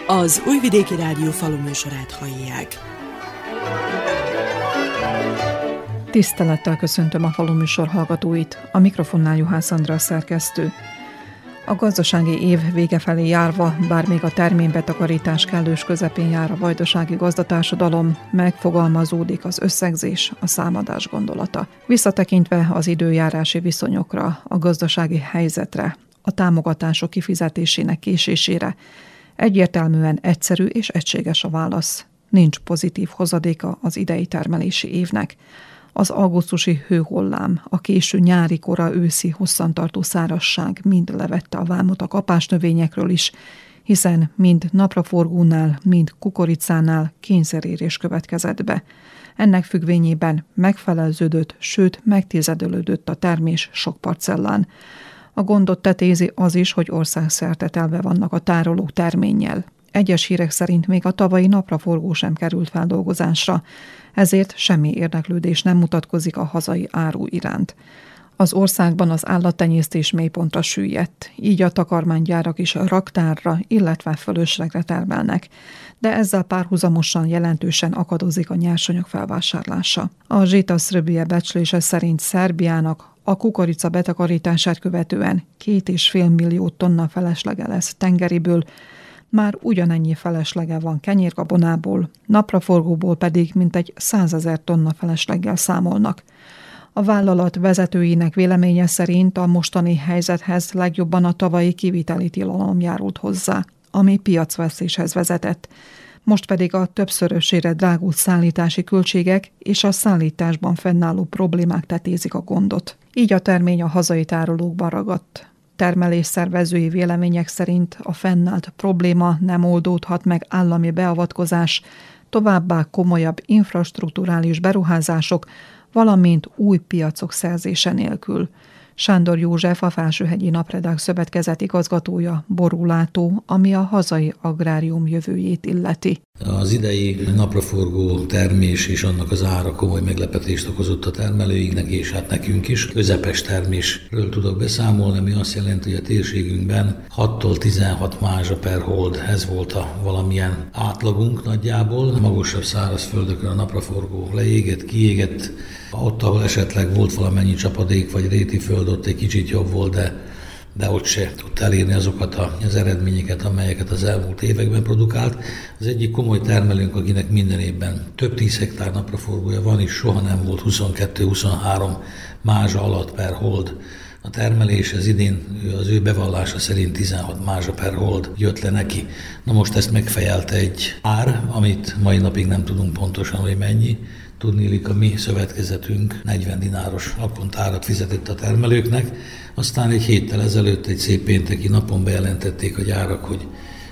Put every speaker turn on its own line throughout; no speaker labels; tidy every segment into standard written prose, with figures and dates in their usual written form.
Az Újvidéki Rádió faluműsorát hallják.
Tisztelettel köszöntöm a faluműsor hallgatóit, a mikrofonnál Juhász András szerkesztő. A gazdasági év vége felé járva, bár még a terménybetakarítás kellős közepén jár a vajdasági gazdatársadalom, megfogalmazódik az összegzés, a számadás gondolata. Visszatekintve az időjárási viszonyokra, a gazdasági helyzetre, a támogatások kifizetésének késésére, egyértelműen egyszerű és egységes a válasz. Nincs pozitív hozadéka az idei termelési évnek. Az augusztusi hőhullám, a késő nyári, kora őszi, hosszantartó szárazság mind levette a vámot a kapásnövényekről is, hiszen mind napraforgónál, mind kukoricánál kényszerérés következett be. Ennek függvényében megfeleződött, sőt megtizedölődött a termés sok parcellán. A gondot tetézi az is, hogy országszerte telve vannak a tárolók terménnyel. Egyes hírek szerint még a tavalyi napraforgó sem került feldolgozásra, ezért semmi érdeklődés nem mutatkozik a hazai áru iránt. Az országban az állattenyésztés mélypontra süllyedt, így a takarmánygyárak is raktárra, illetve fölöslegre termelnek, de ezzel párhuzamosan jelentősen akadozik a nyersanyag felvásárlása. A Zsitaszröbije becslése szerint Szerbiának a kukorica betakarítását követően 2,5 millió tonna feleslege lesz tengeriből, már ugyanennyi feleslege van kenyérgabonából, napraforgóból pedig mintegy 100 000 tonna felesleggel számolnak. A vállalat vezetőinek véleménye szerint a mostani helyzethez legjobban a tavalyi kiviteli tilalom járult hozzá, ami piacvesztéshez vezetett. Most pedig a többszörösére drágult szállítási költségek és a szállításban fennálló problémák tetézik a gondot. Így a termény a hazai tárolókban ragadt. Termelésszervezői vélemények szerint a fennállt probléma nem oldódhat meg állami beavatkozás, továbbá komolyabb infrastrukturális beruházások, valamint új piacok szerzése nélkül. Sándor József, a Felsőhegyi Napredák Szövetkezet igazgatója borúlátó, ami a hazai agrárium jövőjét illeti.
Az idei napraforgó termés és annak az ára komoly meglepetést okozott a termelőinknek, és hát nekünk is. Közepes termésről tudok beszámolni, ami azt jelenti, hogy a térségünkben 6-tól 16 mázsa per hold, ez volt a valamilyen átlagunk nagyjából. Magasabb szárazföldökön a napraforgó leégett, kiégett. Ott, ahol esetleg volt valamennyi csapadék vagy réti föld, ott egy kicsit jobb volt, de ott se tudta elérni azokat az eredményeket, amelyeket az elmúlt években produkált. Az egyik komoly termelőnk, akinek minden évben több 10 hektár napraforgója van, és soha nem volt 22-23 mázsa alatt per hold. A termelés az idén az ő bevallása szerint 16 mázsa per hold jött le neki. Na most ezt megfejelte egy ár, amit mai napig nem tudunk pontosan, hogy mennyi. Tudniillik, a mi szövetkezetünk 40 dináros akontárat fizetett a termelőknek, aztán egy héttel ezelőtt egy szép pénteki napon bejelentették a gyárak, hogy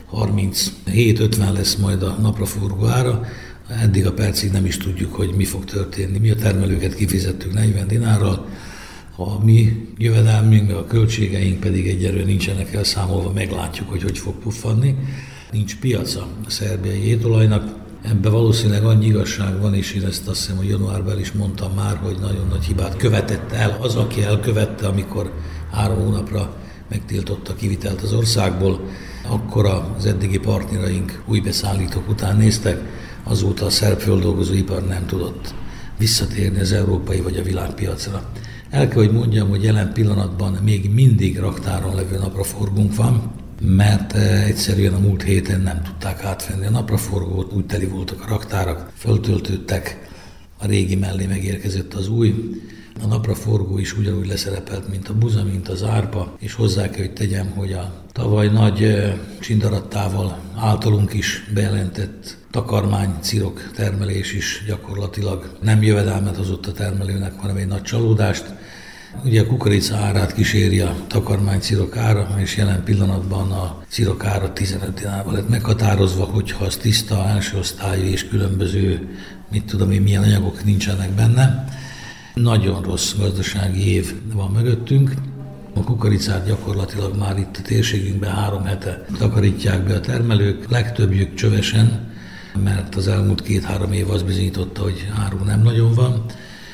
37-50 lesz majd a napraforgó ára. Eddig a percig nem is tudjuk, hogy mi fog történni. Mi a termelőket kifizettük 40 dinárral, a mi jövedelmünk, a költségeink pedig egyelőre nincsenek elszámolva, meglátjuk, hogy fog puffanni. Nincs piaca a szerbiai étolajnak. Ebben valószínűleg annyi igazság van, és én ezt azt hiszem, hogy januárban is mondtam már, hogy nagyon nagy hibát követett el az, aki elkövette, amikor 3 hónapra megtiltotta kivitelt az országból. Akkor az eddigi partneraink új beszállítók után néztek, azóta a szerb földolgozóipar nem tudott visszatérni az európai vagy a világpiacra. El kell, hogy mondjam, hogy jelen pillanatban még mindig raktáron levő napraforgónk van, mert egyszerűen a múlt héten nem tudták átvenni a napraforgót, úgy teli voltak a raktárak, föltöltődtek, a régi mellé megérkezett az új. A napraforgó is ugyanúgy leszerepelt, mint a buza, mint az árpa, és hozzá kell, hogy tegyem, hogy a tavaly nagy csindarattával általunk is bejelentett takarmánycirok termelés is gyakorlatilag nem jövedelmet hozott a termelőnek, hanem egy nagy csalódást. Ugye a kukorica árát kíséri a takarmánycirok ára, és jelen pillanatban a cirok ára 15 dinárba lett meghatározva, hogyha az tiszta, első osztályú és különböző, mit tudom én, milyen anyagok nincsenek benne. Nagyon rossz gazdasági év van mögöttünk. A kukoricát gyakorlatilag már itt a térségünkben 3 hete takarítják be a termelők, legtöbbjük csövesen, mert az elmúlt 2-3 év az bizonyította, hogy áru nem nagyon van.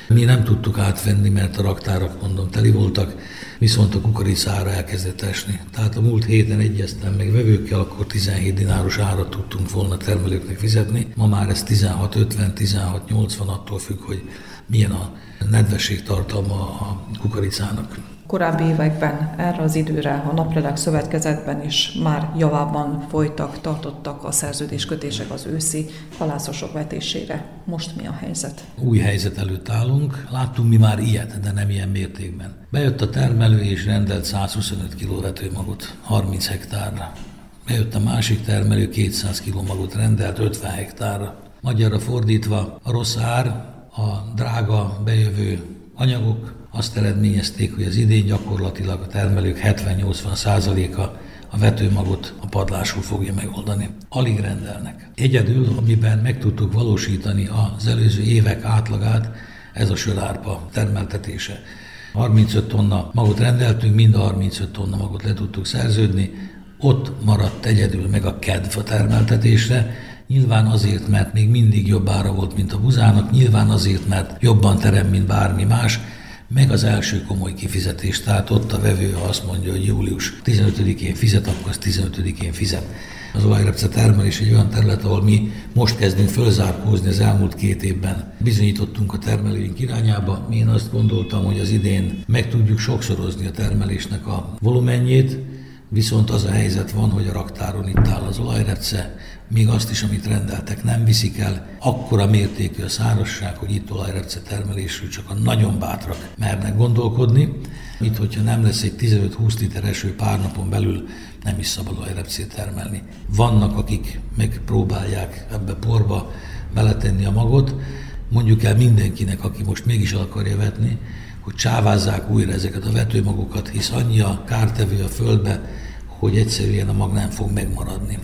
Mi nem tudtuk átvenni, mert a raktárak, mondom, teli voltak, viszont a kukoricára elkezdett esni. Tehát a múlt héten egyeztem meg vevőkkel, akkor 17 dináros árat tudtunk volna termelőknek fizetni. Ma már ez 16,50, 16,80 attól függ, hogy milyen a nedvesség tartalma a kukoricának.
Korábbi években erre az időre a Napleleg Szövetkezetben is már javában tartottak a szerződéskötések az őszi halászosok vetésére. Most mi a helyzet?
Új helyzet előtt állunk. Láttunk mi már ilyet, de nem ilyen mértékben. Bejött a termelő és rendelt 125 kg vetőmagot 30 hektárra. Bejött a másik termelő, 200 kg magot rendelt 50 hektárra. Magyarra fordítva, a rossz ár, a drága bejövő anyagok azt eredményezték, hogy az idén gyakorlatilag a termelők 70-80%-a a vetőmagot a padlásul fogja megoldani. Alig rendelnek. Egyedül, amiben meg tudtuk valósítani az előző évek átlagát, ez a sörárpa termeltetése. 35 tonna magot rendeltünk, mind a 35 tonna magot le tudtuk szerződni, ott maradt egyedül meg a kedv a termeltetésre, nyilván azért, mert még mindig jobb ára volt, mint a buzának, nyilván azért, mert jobban terem, mint bármi más, meg az első komoly kifizetés, tehát ott a vevő, ha azt mondja, hogy július 15-én fizet, akkor az 15-én fizet. Az olajrepce termelés egy olyan terület, ahol mi most kezdünk fölzárkózni, az elmúlt 2 évben bizonyítottunk a termelőink irányába. Én azt gondoltam, hogy az idén meg tudjuk sokszorozni a termelésnek a volumenjét, viszont az a helyzet van, hogy a raktáron itt áll az olajrepce, még azt is, amit rendeltek, nem viszik el. Akkora mértékű a szárazság, hogy itt olajrepce termelésről csak a nagyon bátrak mernek gondolkodni. Itt, hogyha nem lesz egy 15-20 liter eső pár napon belül, nem is szabad olajrepcét termelni. Vannak, akik megpróbálják ebbe porba beletenni a magot, mondjuk el mindenkinek, aki most mégis el akarja vetni, hogy csávázzák újra ezeket a vetőmagokat, hisz annyi a kártevő a földbe, hogy egyszerűen a mag nem fog megmaradni.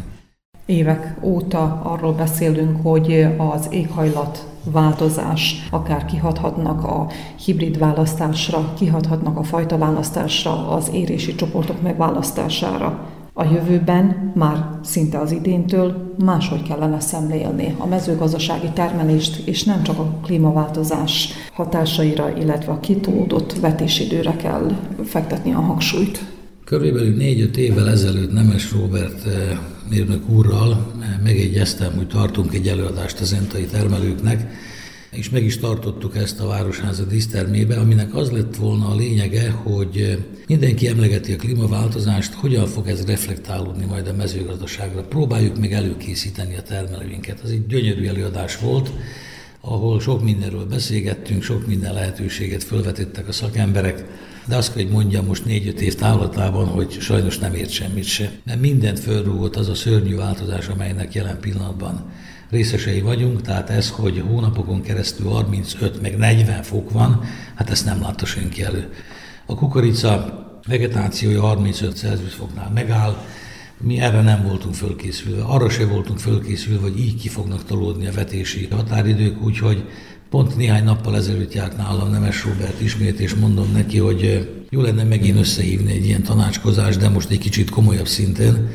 Évek óta arról beszélünk, hogy az éghajlat változás akár kihathatnak a hibrid választásra, kihathatnak a fajta választásra, az érési csoportok megválasztására. A jövőben már szinte az idéntől máshogy kellene szemlélni a mezőgazdasági termelést, és nem csak a klímaváltozás hatásaira, illetve a kitolódott vetésidőre kell fektetni a hangsúlyt.
Körülbelül 4-5 évvel ezelőtt Nemes Róbert mérnök úrral megegyeztem, hogy tartunk egy előadást az entai termelőknek, és meg is tartottuk ezt a Városháza dísztermébe, aminek az lett volna a lényege, hogy mindenki emlegeti a klímaváltozást, hogyan fog ez reflektálódni majd a mezőgazdaságra. Próbáljuk meg előkészíteni a termelőinket. Ez egy gyönyörű előadás volt, ahol sok mindenről beszélgettünk, sok minden lehetőséget felvetettek a szakemberek, de azt kell, hogy mondjam most 4-5 év távlatában, hogy sajnos nem ért semmit se. Mert mindent fölrúgott az a szörnyű változás, amelynek jelen pillanatban részesei vagyunk, tehát ez, hogy hónapokon keresztül 35 meg 40 fok van, hát ezt nem látta senki elő. A kukorica vegetációja 35 Celsius foknál megáll, mi erre nem voltunk fölkészülve. Arra se voltunk fölkészülve, hogy így ki fognak tolódni a vetési határidők, úgyhogy pont néhány nappal ezelőtt járt nálam Nemes Róbert ismét, és mondom neki, hogy jó lenne megint összehívni egy ilyen tanácskozást, de most egy kicsit komolyabb szinten,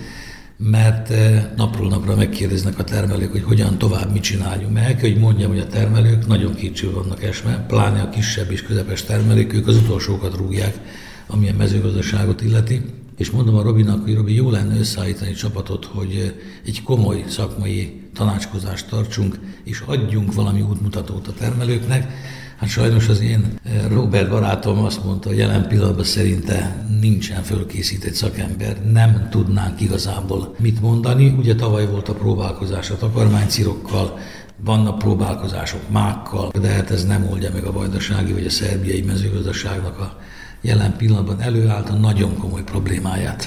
mert napról napra megkérdeznek a termelők, hogy hogyan tovább, mit csináljunk. Mert el kell, hogy mondjam, hogy a termelők nagyon kétségbe vannak esve, pláne a kisebb és közepes termelők, ők az utolsókat rúgják, ami a mezőgazdaságot illeti. És mondom a Robinak, hogy Robi, jó lenne összeállítani egy csapatot, hogy egy komoly szakmai tanácskozást tartsunk, és adjunk valami útmutatót a termelőknek. Hát sajnos az én Robert barátom azt mondta, hogy jelen pillanatban szerinte nincsen fölkészített szakember, nem tudnánk igazából mit mondani. Ugye tavaly volt a próbálkozás a takarmánycirokkal, vannak próbálkozások mákkal, de hát ez nem oldja meg a vajdasági vagy a szerbiai mezőgazdaságnak a jelen pillanatban előállt a nagyon komoly problémáját.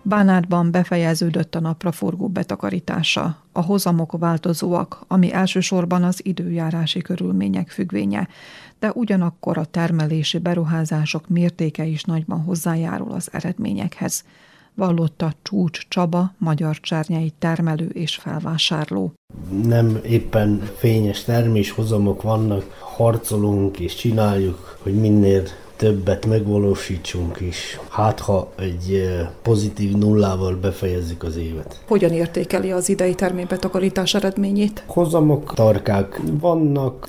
Bánátban befejeződött a napraforgó betakarítása. A hozamok változóak, ami elsősorban az időjárási körülmények függvénye, de ugyanakkor a termelési beruházások mértéke is nagyban hozzájárul az eredményekhez, vallotta Csúcs Csaba, magyarcsernyei termelő és felvásárló.
Nem éppen fényes terméshozamok vannak, harcolunk és csináljuk, hogy minél többet megvalósítsunk is. Hát, ha egy pozitív nullával befejezzük az évet.
Hogyan értékeli az idei terménybetakarítás eredményét?
Hozamok, tarkák vannak,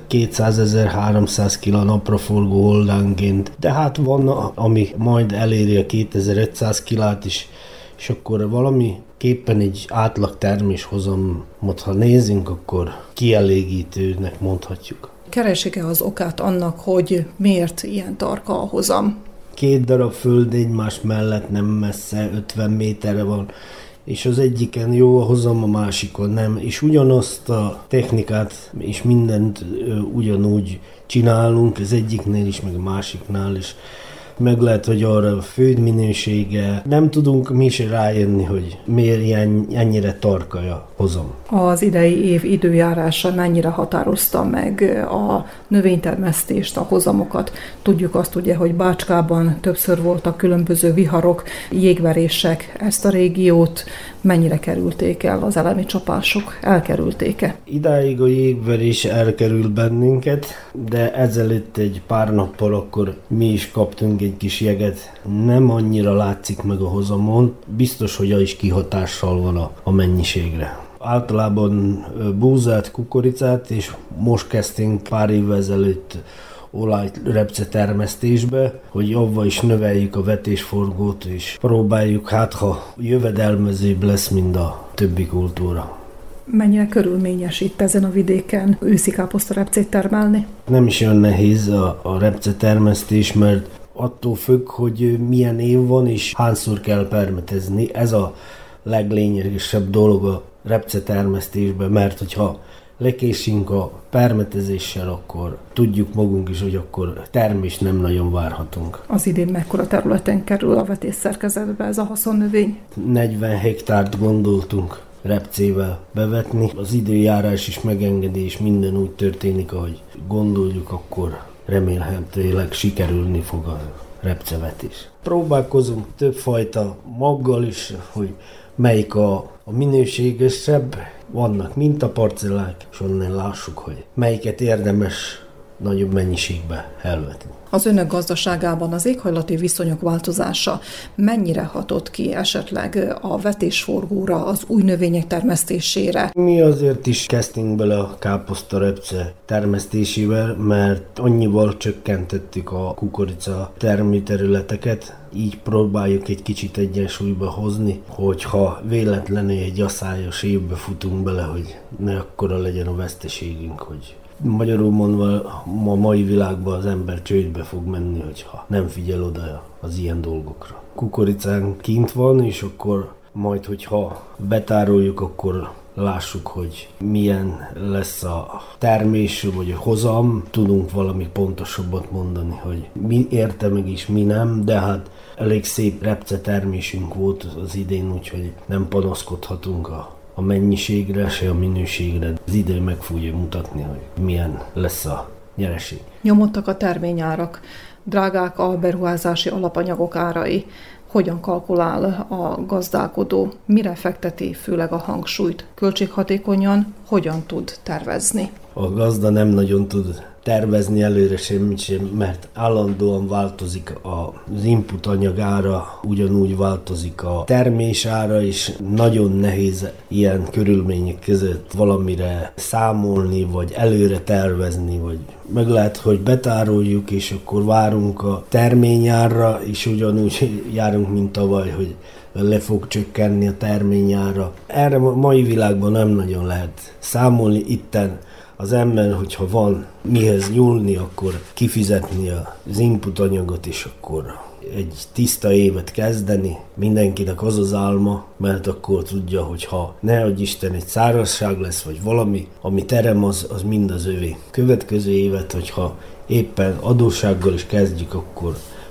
1200-1300 kg napraforgó oldánként, de hát van, ami majd eléri a 2500 kilát is, és akkor valamiképpen egy átlag terméshozamot, ha nézzünk, akkor kielégítőnek mondhatjuk.
Keresik-e az okát annak, hogy miért ilyen tarka a hozam?
2 darab föld egymás mellett, nem messze, 50 méterre van, és az egyiken jó a hozam, a másikon nem, és ugyanazt a technikát és mindent ugyanúgy csinálunk, az egyiknél is, meg a másiknál is. Meg lehet, hogy arra a föld minősége, nem tudunk mi se rájönni, hogy miért ennyire tarka hozam.
Az idei év időjárása mennyire határozta meg a növénytermesztést, a hozamokat? Tudjuk azt ugye, hogy Bácskában többször voltak különböző viharok, jégverések, ezt a régiót mennyire kerülték el az elemi csapások? Elkerülték-e?
Idáig a jégverés elkerül bennünket, de ezelőtt egy pár nappal akkor mi is kaptunk egy kis jeget. Nem annyira látszik meg a hozamon, biztos, hogy az is kihatással van a mennyiségre. Általában búzát, kukoricát, és most kezdtünk pár évvel ezelőtt olajrepce termesztésbe, hogy avval is növeljük a vetésforgót, és próbáljuk, hát ha jövedelmezőbb lesz, mint a többi kultúra.
Mennyire körülményes itt ezen a vidéken őszi káposztarepcét termelni?
Nem is olyan nehéz a repce termesztés, mert attól függ, hogy milyen év van, és hányszor kell permetezni. Ez a leglényegesebb dolog a repce termesztésben, mert hogyha lekésünk a permetezéssel, akkor tudjuk magunk is, hogy akkor termést nem nagyon várhatunk.
Az idén mekkora területen kerül a vetésszerkezetbe ez a haszonnövény?
40 hektárt gondoltunk repcével bevetni. Az időjárás is megengedi, és minden úgy történik, ahogy gondoljuk, akkor remélhetőleg sikerülni fog a repcevetés. Próbálkozunk többfajta maggal is, hogy melyik a minőségesebb, vannak mintaparcellák, és onnan lássuk, hogy melyiket érdemes nagyobb mennyiségbe elvetni.
Az önök gazdaságában az éghajlati viszonyok változása mennyire hatott ki esetleg a vetésforgóra, az új növények termesztésére?
Mi azért is kezdtünk bele a káposztarepce termesztésével, mert annyival csökkentettük a kukorica termőterületeket, így próbáljuk egy kicsit egyensúlyba hozni, hogyha véletlenül egy aszályos évbe futunk bele, hogy ne akkora legyen a veszteségünk, hogy magyarul mondva, a mai világban az ember csődbe fog menni, hogyha nem figyel oda az ilyen dolgokra. Kukoricán kint van, és akkor majd, hogyha betároljuk, akkor lássuk, hogy milyen lesz a termés, vagy a hozam. Tudunk valami pontosabbat mondani, hogy mi érte meg és mi nem, de hát elég szép repce termésünk volt az idén, úgyhogy nem panaszkodhatunk a mennyiségre, se a minőségre. Az idő meg fogja mutatni, hogy milyen lesz a nyereség.
Nyomottak a terményárak, drágák a beruházási alapanyagok árai. Hogyan kalkulál a gazdálkodó? Mire fekteti főleg a hangsúlyt? Költséghatékonyan hogyan tud tervezni?
A gazda nem nagyon tud tervezni előre semmit sem, mert állandóan változik az input anyag ára, ugyanúgy változik a termés ára, és nagyon nehéz ilyen körülmények között valamire számolni, vagy előre tervezni, vagy meg lehet, hogy betároljuk, és akkor várunk a terményárra, és ugyanúgy járunk, mint tavaly, hogy le fog csökkenni a terményára. Erre a mai világban nem nagyon lehet számolni. Itten az ember, hogyha van mihez nyúlni, akkor kifizetni az input anyagot, és akkor egy tiszta évet kezdeni. Mindenkinek az álma, mert akkor tudja, hogy ha nehogy Isten egy szárazság lesz, vagy valami, ami terem, az mind az övé. Következő évet, hogyha éppen adóssággal is kezdjük, akkor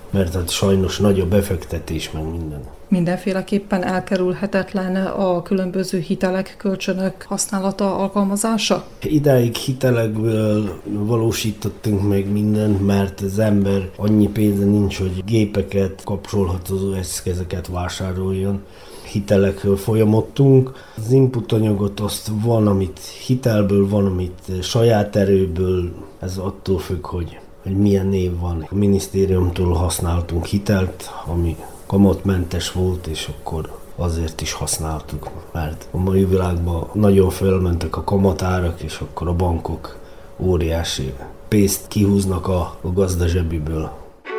mert hát sajnos nagy a befektetés, meg minden.
Mindenféleképpen elkerülhetetlen a különböző hitelek, kölcsönök használata, alkalmazása?
Idáig hitelekből valósítottunk meg mindent, mert az ember annyi pénze nincs, hogy gépeket, kapcsolható eszközöket vásároljon. Hitelekről folyamodtunk. Az input anyagot azt van, amit hitelből, van, amit saját erőből. Ez attól függ, hogy milyen név van. A minisztériumtól használtunk hitelt, ami kamatmentes volt, és akkor azért is használtuk, mert a mai világban nagyon felmentek a kamatárak, és akkor a bankok óriási pénzt kihúznak a gazda zsebiből.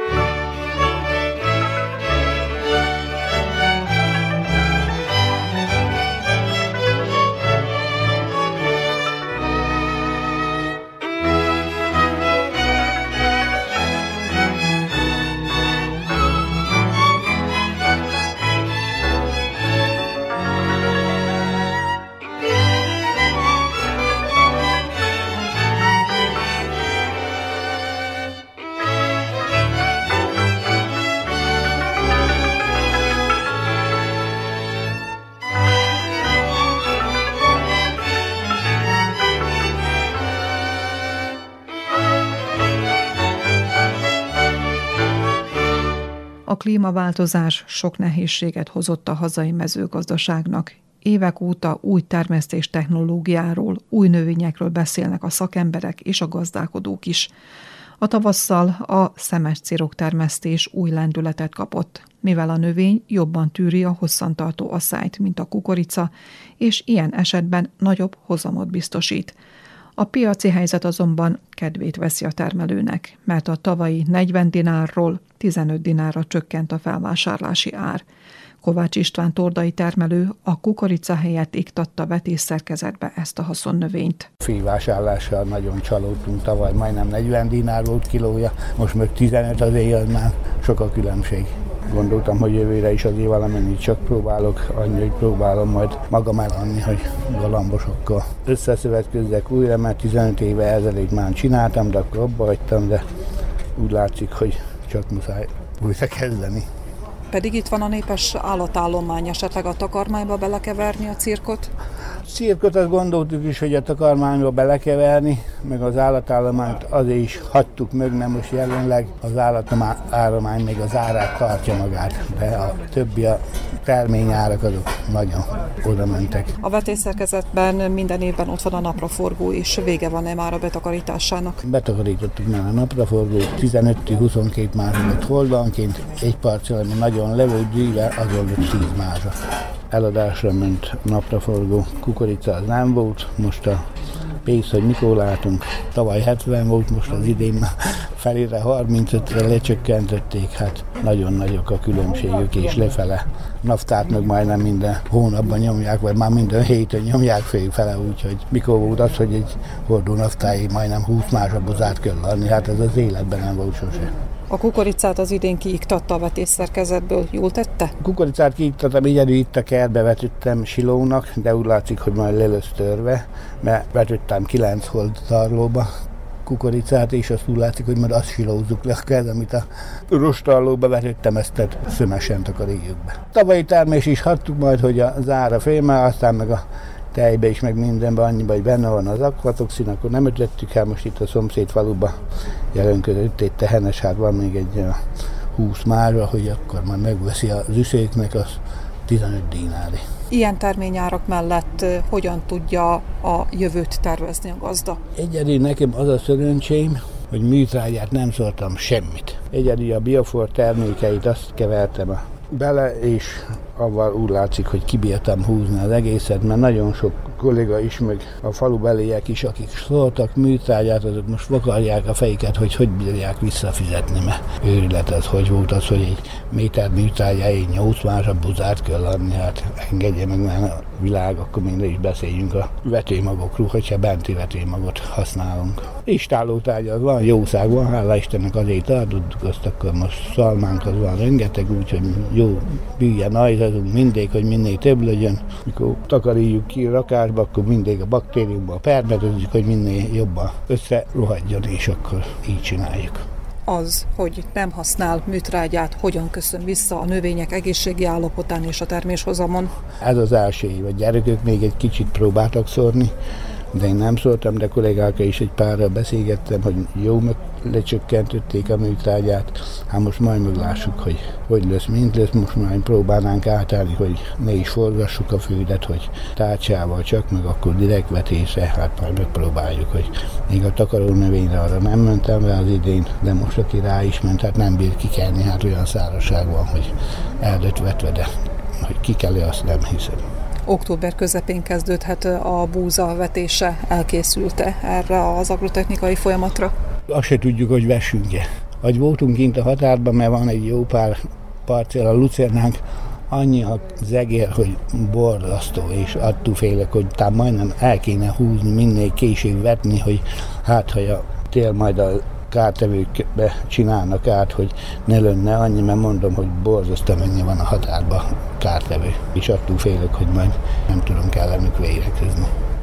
A klímaváltozás sok nehézséget hozott a hazai mezőgazdaságnak. Évek óta új termesztés technológiáról, új növényekről beszélnek a szakemberek és a gazdálkodók is. A tavasszal a szemes ciroktermesztés új lendületet kapott, mivel a növény jobban tűri a hosszantartó asszályt, mint a kukorica, és ilyen esetben nagyobb hozamot biztosít. A piaci helyzet azonban kedvét veszi a termelőnek, mert a tavalyi 40 dinárról 15 dinárra csökkent a felvásárlási ár. Kovács István tordai termelő a kukorica helyett iktatta vetészszerkezetbe ezt a haszonnövényt.
Félvásárlással nagyon csalódtunk, tavaly majdnem 40 dinár volt kilója, most meg 15, azért már sok a különbség. Gondoltam, hogy jövőre is azért valamennyit csak próbálok, annyi, hogy próbálom majd magam eladni, hogy galambosokkal összeszövetkezzek újra, mert 15 éve ezelőtt már csináltam, de akkor abba hagytam, de úgy látszik, hogy csak muszáj újra kezdeni.
Pedig itt van a népes állatállomány, esetleg a takarmányba belekeverni a cirkot?
Cirkot azt gondoltuk is, hogy a takarmányba belekeverni, meg az állatállományt azért is hagytuk meg, mert most jelenleg az állatállomány még az árát tartja magát, de a többi a terményárak azok nagyon oda mentek.
A vetészszerkezetben minden évben ott van a napraforgó, és vége van-e már a betakarításának?
Betakarítottuk már a napraforgót, 15-22 másodot holdanként, egy parcel, ami nagyon levődjével, azon 10 másra. Eladásra ment napraforgó, kukorica az nem volt, most a pénz, hogy mikor látunk, tavaly 70 volt, most az idén felére 35-re lecsökkentették, hát nagyon nagyok a különbségük, és lefele naftát meg majdnem minden hónapban nyomják, vagy már minden héten nyomják fele, úgyhogy mikor volt az, hogy egy hordó naftáig majdnem 20 másodot kell adni, hát ez az életben nem volt sose.
A kukoricát az idén kiiktatta a vetészszerkezetből, jól tette?
A kukoricát kiiktattam, így itt a kertbe vetődtem silónak, de úgy látszik, hogy majd le lesz törve, mert vetődtem 9 holdtarlóba kukoricát, és azt úgy látszik, hogy majd azt silózzuk le a kert, amit a rostallóba vetődtem, ezt szömesen takarítjuk be. Tavalyi termés is hagytuk majd, hogy az ára félmel, aztán meg a tejbe is, meg mindenben annyiban, hogy benne van az akvatoxin, akkor nem ötlettük el, most itt a szomszéd faluba jelenkedett egy tehenes, hát van még egy 20 márra, hogy akkor már megveszi az üszéknek az 15 dinári.
Ilyen terményárak mellett hogyan tudja a jövőt tervezni a gazda?
Egyedül nekem az a szerencsém, hogy műtrágyát nem szórtam semmit. Egyedül a Biofor termékeit azt kevertem bele, és avval úgy látszik, hogy kibírtam húzni az egészet, mert nagyon sok kolléga is, meg a falubeliek is, akik szóltak műtrágyát, azok most vakarják a fejüket, hogy bírják visszafizetni, mert őrület az, hogy volt az, hogy egy méter műtrágyáig 8 másra buzát kell adni, hát engedje meg már a világ, akkor mindig is beszéljünk a vetőmagokról, hogyha benti vetőmagot használunk. Istállótárgy az van, jószág van, hála Istennek azért tartottuk azt, akkor most szalmánk az van rengeteg, úgyhogy jó bűjje najzazunk mindig, hogy minél több legyen. Mikor takarítjuk ki rakásba, akkor mindig a baktériumba permetőzzük, hogy minél jobban összerohadjon, és akkor így csináljuk.
az, hogy nem használ műtrágyát, hogyan köszön vissza a növények egészségi állapotán és a terméshozamon?
Ez az első év. A gyerekek még egy kicsit próbáltak szórni, de én nem szóltam, de kollégákkal is egy párral beszélgettem, hogy jó, meg lecsökkentették a műtrágyát. Hát most majd meglássuk, hogy lesz, mint lesz. Most már próbálnánk átállni, hogy ne is forgassuk a földet, hogy tárcsával csak, meg akkor direkt vetésre, hát majd megpróbáljuk, hogy még a takaró növényre arra nem mentem rá az idén, de most aki rá is ment, hát nem bír kikelni, hát olyan szárazság van, hogy el lett vetve, de hogy kikelni, azt nem hiszem.
Október közepén kezdődhet a búza vetése. Elkészült-e erre az agrotechnikai folyamatra?
Azt se tudjuk, hogy vessünk-e. Hogy voltunk kint a határban, mert van egy jó pár parcella lucernánk, annyi a zegér, hogy borzasztó, és attól félek, hogy talán majdnem el kéne húzni, minél később vetni, hogy hát, ha a tél majd a kártevőkbe csinálnak át, hogy ne lönne annyi, mert mondom, hogy borzasztó mennyi van a határban kártevő, és attól félek, hogy majd nem tudunk ellenük védekezni.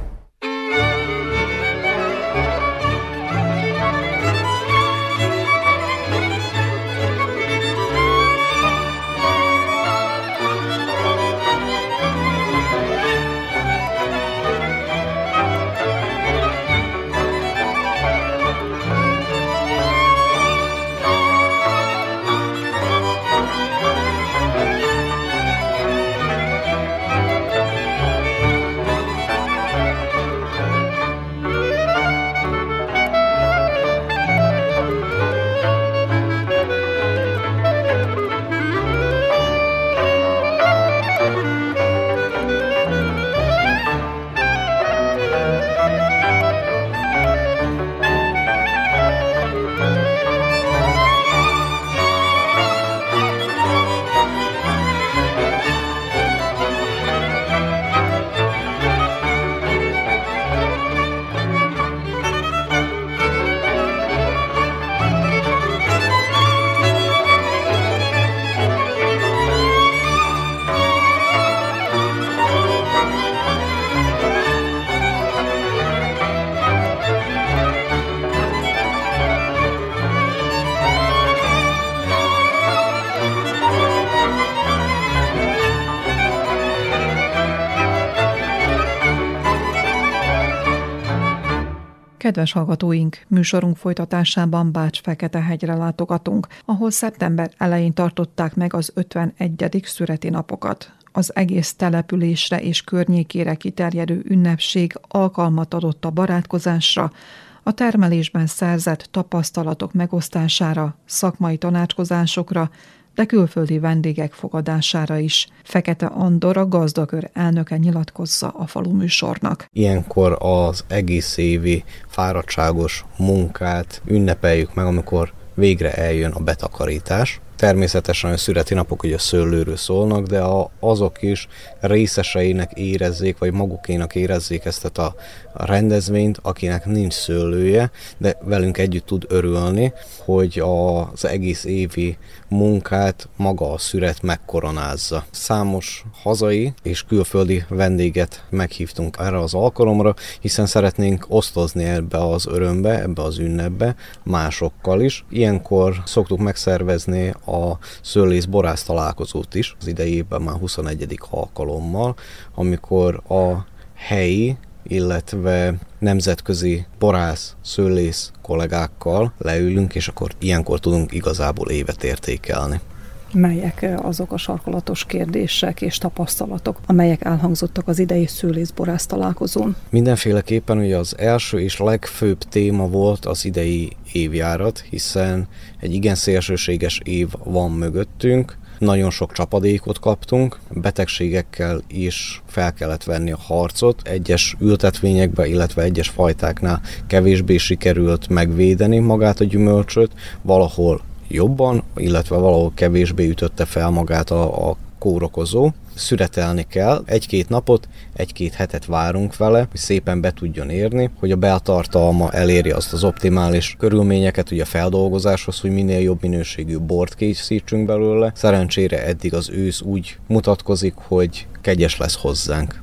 Kedves hallgatóink, műsorunk folytatásában Bács-Feketehegyre látogatunk, ahol szeptember elején tartották meg az 51. szüreti napokat. Az egész településre és környékére kiterjedő ünnepség alkalmat adott a barátkozásra, a termelésben szerzett tapasztalatok megosztására, szakmai tanácskozásokra, de külföldi vendégek fogadására is. Fekete Andor, a gazdakör elnöke nyilatkozza a falu műsornak.
Ilyenkor az egész évi fáradtságos munkát ünnepeljük meg, amikor végre eljön a betakarítás. Természetesen a szüreti napok ugye a szőlőről szólnak, de azok is részeseinek érezzék, vagy magukénak érezzék ezt a rendezvényt, akinek nincs szőlője, de velünk együtt tud örülni, hogy az egész évi munkát maga a szüret megkoronázza. Számos hazai és külföldi vendéget meghívtunk erre az alkalomra, hiszen szeretnénk osztozni ebbe az örömbe, ebbe az ünnepbe másokkal is. Ilyenkor szoktuk megszervezni a szőlész-borász találkozót is, az idei évben már 21. alkalommal, amikor a helyi, illetve nemzetközi borász, szőlész kollégákkal leülünk, és akkor ilyenkor tudunk igazából évet értékelni.
Melyek azok a sarkalatos kérdések és tapasztalatok, amelyek elhangzottak az idei szőlész-borász találkozón?
Mindenféleképpen ugye az első és legfőbb téma volt az idei évjárat, hiszen egy igen szélsőséges év van mögöttünk, nagyon sok csapadékot kaptunk, betegségekkel is fel kellett venni a harcot. Egyes ültetvényekben, illetve egyes fajtáknál kevésbé sikerült megvédeni magát a gyümölcsöt, valahol jobban, illetve valahol kevésbé ütötte fel magát a kórokozó. Szüretelni kell, 1-2 napot, 1-2 hetet várunk vele, hogy szépen be tudjon érni, hogy a beltartalma eléri azt az optimális körülményeket ugye a feldolgozáshoz, hogy minél jobb minőségű bort készítsünk belőle. Szerencsére eddig az ősz úgy mutatkozik, hogy kegyes lesz hozzánk.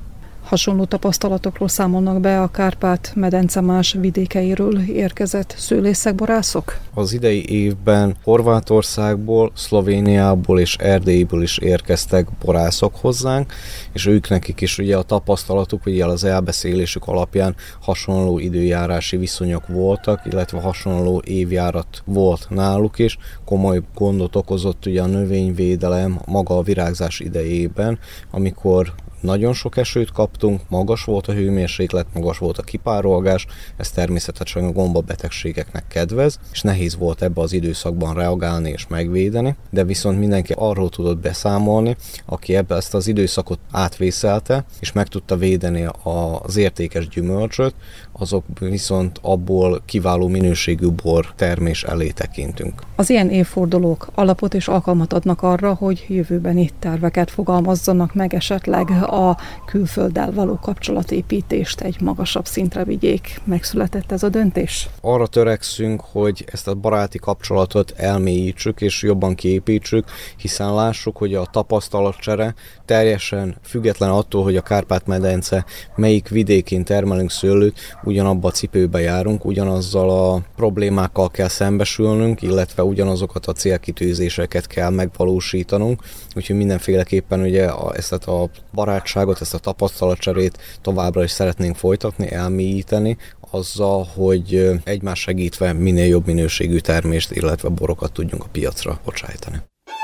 Hasonló tapasztalatokról számolnak be a Kárpát-medence más vidékeiről érkezett szőlészek, borászok?
Az idei évben Horvátországból, Szlovéniából és Erdélyből is érkeztek borászok hozzánk, és ők nekik is ugye a tapasztalatuk, ugye az elbeszélésük alapján hasonló időjárási viszonyok voltak, illetve hasonló évjárat volt náluk is. Komoly gondot okozott ugye a növényvédelem maga a virágzás idejében, amikor nagyon sok esőt kaptunk, magas volt a hőmérséklet, magas volt a kipárolgás, ez természetesen a gombabetegségeknek kedvez, és nehéz volt ebbe az időszakban reagálni és megvédeni, de viszont mindenki arról tudott beszámolni, aki ezt az időszakot átvészelte, és meg tudta védeni az értékes gyümölcsöt, azok viszont abból kiváló minőségű bor termés elé tekintünk.
Az ilyen évfordulók alapot és alkalmat adnak arra, hogy jövőbeni terveket fogalmazzanak meg, esetleg a külfölddel való kapcsolatépítést egy magasabb szintre vigyék. Megszületett ez a döntés?
Arra törekszünk, hogy ezt a baráti kapcsolatot elmélyítsük és jobban kiépítsük, hiszen lássuk, hogy a tapasztalatcsere teljesen független attól, hogy a Kárpát-medence melyik vidékén termelünk szőlőt, ugyanabba a cipőbe járunk, ugyanazzal a problémákkal kell szembesülnünk, illetve ugyanazokat a célkitűzéseket kell megvalósítanunk, úgyhogy mindenféleképpen ugye ezt a barátságot, ezt a tapasztalatcserét továbbra is szeretnénk folytatni, elmélyíteni, azzal, hogy egymás segítve minél jobb minőségű termést, illetve borokat tudjunk a piacra bocsájtani.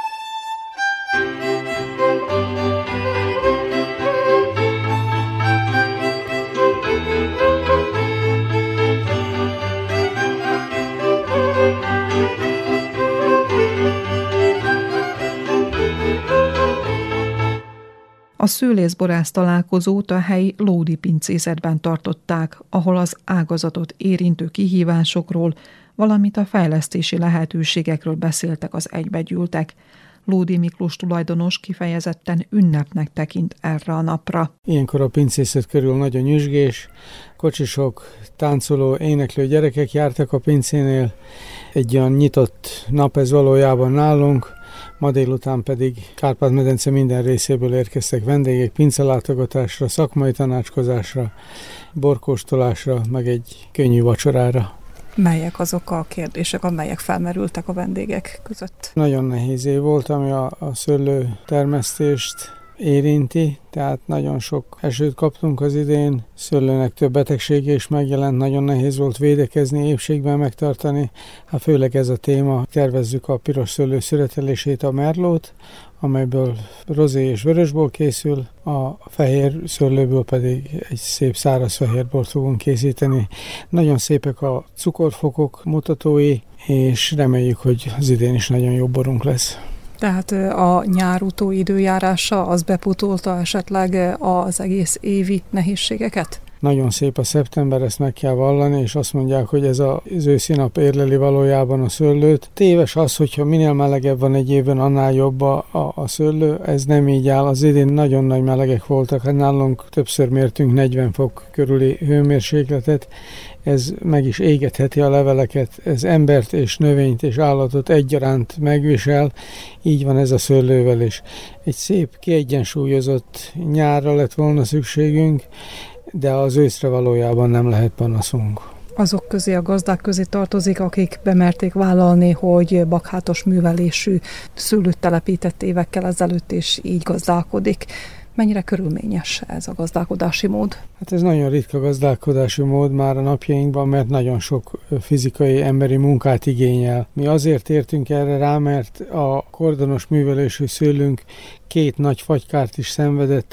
A szőlészborász találkozót a helyi Lódi pincészetben tartották, ahol az ágazatot érintő kihívásokról, valamint a fejlesztési lehetőségekről beszéltek az egybegyűltek. Lódi Miklós tulajdonos kifejezetten ünnepnek tekint erre a napra.
Ilyenkor a pincészet körül nagy a nyüzsgés, kocsisok, táncoló, éneklő gyerekek jártak a pincénél. Egy olyan nyitott nap ez valójában nálunk. Ma délután pedig Kárpát-medence minden részéből érkeztek vendégek pincelátogatásra, szakmai tanácskozásra, borkóstolásra, meg egy könnyű vacsorára.
Melyek azok a kérdések, amelyek felmerültek a vendégek között?
Nagyon nehéz év volt, ami a szőlőtermesztést érinti, tehát nagyon sok esőt kaptunk az idén, szőlőnek több betegsége is megjelent, nagyon nehéz volt védekezni, épségben megtartani. Hát főleg ez a téma, tervezzük a piros szőlő szüretelését, a merlót, amelyből rozé és vörösbor készül, a fehér szőlőből pedig egy szép száraz fehérbort fogunk készíteni. Nagyon szépek a cukorfokok mutatói, és reméljük, hogy az idén is nagyon jó borunk lesz.
Tehát a nyár utóidőjárása az bepótolta esetleg az egész évi nehézségeket?
Nagyon szép a szeptember, ezt meg kell vallani, és azt mondják, hogy ez az őszi nap érleli valójában a szőlőt. Téves az, hogyha minél melegebb van egy évben, annál jobb a szőlő. Ez nem így áll. Az idén nagyon nagy melegek voltak, hát nálunk többször mértünk 40 fok körüli hőmérsékletet. Ez meg is égetheti a leveleket, ez embert és növényt és állatot egyaránt megvisel, így van ez a szőlővel is. Egy szép, kiegyensúlyozott nyárra lett volna szükségünk, de az őszre valójában nem lehet panaszunk.
Azok közé, a gazdák közé tartozik, akik bemerték vállalni, hogy bakhátos művelésű szőlőt telepített évekkel ezelőtt, és így gazdálkodik. Mennyire körülményes ez a gazdálkodási mód?
Hát ez nagyon ritka gazdálkodási mód már a napjainkban, mert nagyon sok fizikai, emberi munkát igényel. Mi azért értünk erre rá, mert a kordonos művelésű szőlőnk 2 nagy fagykárt is szenvedett,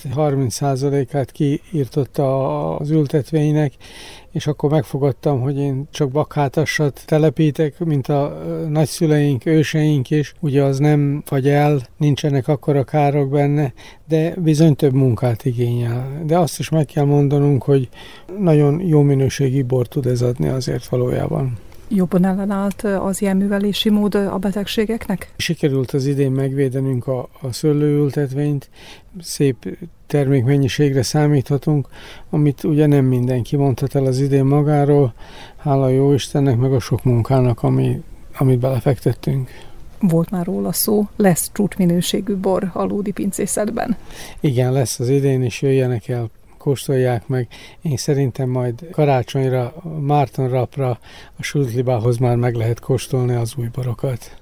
30%-át kiírtotta az ültetvénynek, és akkor megfogadtam, hogy én csak bakhátassat telepítek, mint a nagyszüleink, őseink is. Ugye az nem fagy el, nincsenek akkora károk benne, de bizony több munkát igényel. De azt is meg kell mondanunk, hogy nagyon jó minőségű bort tud ez adni azért valójában.
Jobban ellenállt az ilyen művelési mód a betegségeknek?
Sikerült az idén megvédenünk a szőlőültetvényt, szép termékmennyiségre számíthatunk, amit ugye nem mindenki mondhat el az idén magáról, hála jó Istennek, meg a sok munkának, amit belefektettünk.
Volt már róla szó, lesz csúcsminőségű bor a Lódi pincészetben?
Igen, lesz az idén is, jöjjenek el kóstolják meg. Én szerintem majd karácsonyra, Mártonrapra, a Sultlibához már meg lehet kóstolni az új borokat.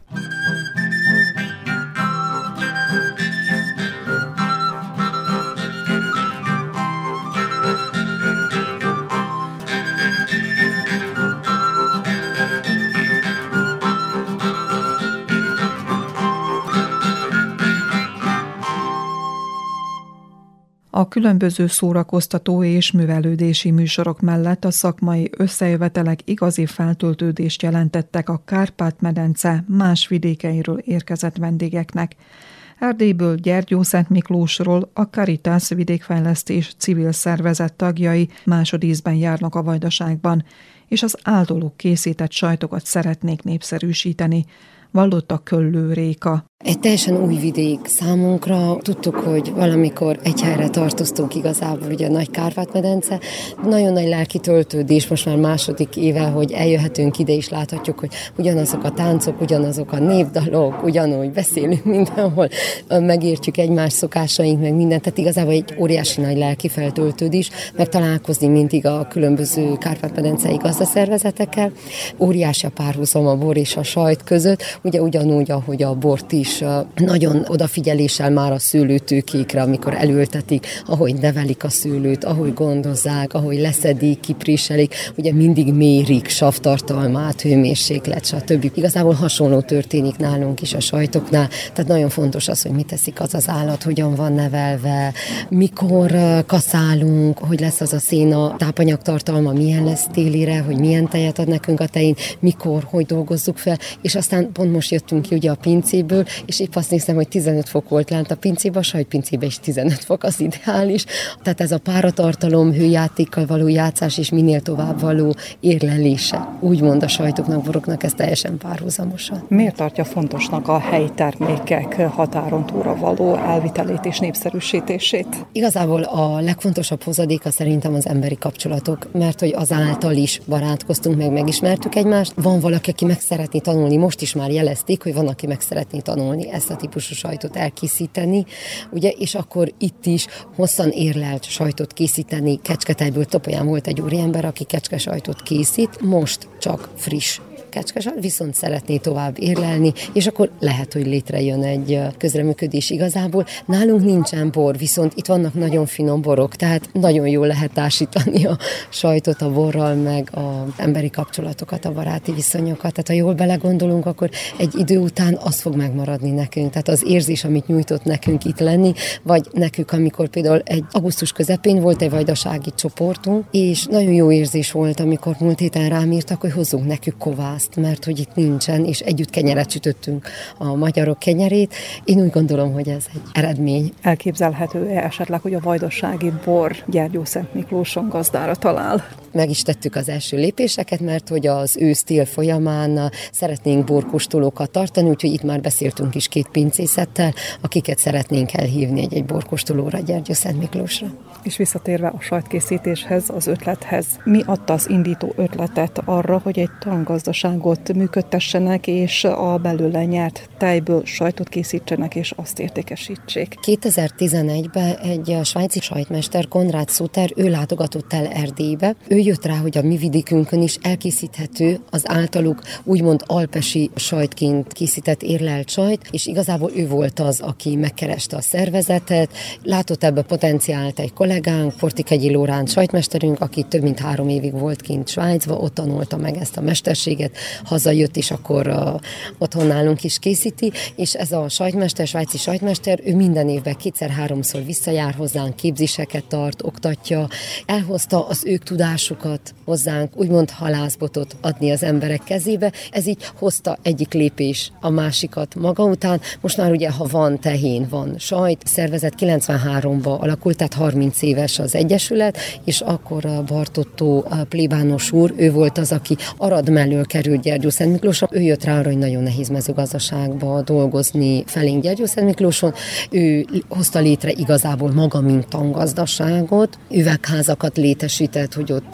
A különböző szórakoztató és művelődési műsorok mellett a szakmai összejövetelek igazi feltöltődést jelentettek a Kárpát-medence más vidékeiről érkezett vendégeknek. Erdélyből, Gyergyószentmiklósról a Caritas vidékfejlesztés civil szervezet tagjai másodízben járnak a Vajdaságban, és az általuk készített sajtokat szeretnék népszerűsíteni, vallotta Köllő Réka.
Egy teljesen új vidék számunkra. Tudtuk, hogy valamikor egy helyre tartoztunk igazából, ugye a Nagy Kárpát-medence. Nagyon nagy lelki töltődés, most már második éve, hogy eljöhetünk ide, és láthatjuk, hogy ugyanazok a táncok, ugyanazok a népdalok, ugyanúgy beszélünk mindenhol, megértjük egymás szokásaink, meg mindent. Tehát igazából egy óriási nagy lelki feltöltődés, meg találkozni mindig a különböző Kárpát-medencei gazdaszervezetekkel. Óriási a párhuzam a bor és a sajt között, ugye ugyanúgy, ahogy a bort is nagyon odafigyeléssel már a szőlőtőkékre, amikor elültetik, ahogy nevelik a szőlőt, ahogy gondozzák, ahogy leszedik, kipréselik, ugye mindig mérik savtartalmát, hőmérséklet, stb. Igazából hasonló történik nálunk is a sajtoknál, tehát nagyon fontos az, hogy mit teszik az állat, hogyan van nevelve, mikor kaszálunk, hogy lesz az a széna tápanyagtartalma, milyen lesz télire, hogy milyen tejet ad nekünk a tején, mikor, hogy dolgozzuk fel, és aztán pont most jöttünk ki ugye a pincéből, és épp azt néztem, hogy 15 fok volt lent a pincébe, a sajtpincébe is 15 fok az ideális. Tehát ez a páratartalom, hőjátékkal való játszás és minél tovább való érlelése. Úgymond a sajtoknak, boroknak ez teljesen párhuzamosan.
Miért tartja fontosnak a helyi termékek határon túlra való elvitelét és népszerűsítését?
Igazából a legfontosabb hozadéka szerintem az emberi kapcsolatok, mert hogy azáltal is barátkoztunk, megismertük egymást. Van valaki, aki meg szeretné tanulni, most is már jelezték, hogy van, aki meg szeretné tanulni ezt a típusú sajtot elkészíteni, ugye, és akkor itt is hosszan érlelt sajtot készíteni. Kecsketejből Topolyán volt egy úriember, aki kecskesajtot készít, most csak friss kecskesajt, viszont szeretné tovább érlelni, és akkor lehet, hogy létrejön egy közreműködés igazából. Nálunk nincsen bor, viszont itt vannak nagyon finom borok, tehát nagyon jól lehet társítani a sajtot a borral, meg az emberi kapcsolatokat, a baráti viszonyokat. Tehát ha jól belegondolunk, akkor egy idő után az fog megmaradni nekünk. Tehát az érzés, amit nyújtott nekünk itt lenni, vagy nekünk, amikor például egy augusztus közepén volt egy vajdasági csoportunk, és nagyon jó érzés volt, amikor múlt héten rám írtak, hogy hozzunk nekük kovászt, mert hogy itt nincsen, és együtt kenyeret sütöttünk, a magyarok kenyerét. Én úgy gondolom, hogy ez egy eredmény.
Elképzelhető-e esetleg, hogy a vajdasági bor Gyergyószentmiklóson gazdára talál?
Meg is tettük az első lépéseket, mert hogy az ősz-tél folyamán szeretnénk borkóstolókat tartani, úgyhogy itt már beszéltünk is 2 pincészettel, akiket szeretnénk elhívni egy borkóstolóra Gyergyószentmiklósra.
És visszatérve a sajtkészítéshez, az ötlethez, mi adta az indító ötletet arra, hogy egy tangazdaságot működtessenek, és a belőle nyert tejből sajtot készítsenek, és azt értékesítsék?
2011-ben egy svájci sajtmester, Konrád Suter, ő látogatott el Erdélybe. Ő jött rá, hogy a mi vidékünkön is elkészíthető az általuk úgymond alpesi sajtként készített érlelt sajt, és igazából ő volt az, aki megkereste a szervezetet, látott ebbe potenciált egy kollégánk, Portikegyi Lóránt sajtmesterünk, aki több mint 3 évig volt kint Svájcba, ott tanulta meg ezt a mesterséget, hazajött, és akkor otthon nálunk is készíti, és ez a sajtmester, svájci sajtmester, ő minden évben 2-3-szor visszajár hozzánk, képzéseket tart, oktatja, elhozta az ők tudásukat hozzánk, úgymond halászbotot adni az emberek kezébe, ez így hozta egyik lépés a másikat maga után. Most már ugye, ha van tehén, van sajt, szervezet 93-ban alakult, tehát 30 éves az egyesület, és akkor a Bartottó plébános úr, ő volt az, aki Arad mellől került Gyergyószentmiklósra. Ő jött rá arra, hogy nagyon nehéz mezőgazdaságba dolgozni felénk Gyergyószentmiklóson. Ő hozta létre igazából maga mint tangazdaságot, üvegházakat létesített, hogy ott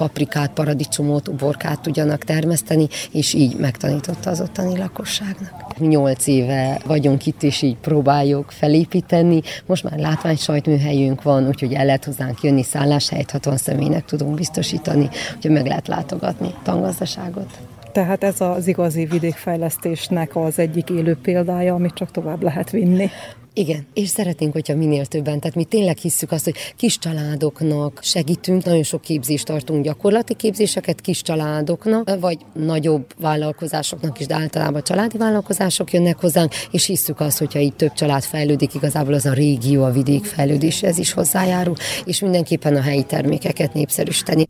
paprikát, paradicsomot, uborkát tudjanak termeszteni, és így megtanította az ottani lakosságnak. 8 éve vagyunk itt, és így próbáljuk felépíteni. Most már látványsajtműhelyünk van, úgyhogy el lehet hozzánk jönni, szálláshelyet 60 személynek tudunk biztosítani, úgyhogy meg lehet látogatni a tangazdaságot.
Tehát ez az igazi vidékfejlesztésnek az egyik élő példája, amit csak tovább lehet vinni.
Igen, és szeretnénk, hogyha minél többen, tehát mi tényleg hisszük azt, hogy kis családoknak segítünk, nagyon sok képzést tartunk, gyakorlati képzéseket kis családoknak, vagy nagyobb vállalkozásoknak is, de általában családi vállalkozások jönnek hozzánk, és hisszük azt, hogyha így több család fejlődik, igazából az a régió, a vidék fejlődéshez is hozzájárul, és mindenképpen a helyi termékeket népszerűsíteni.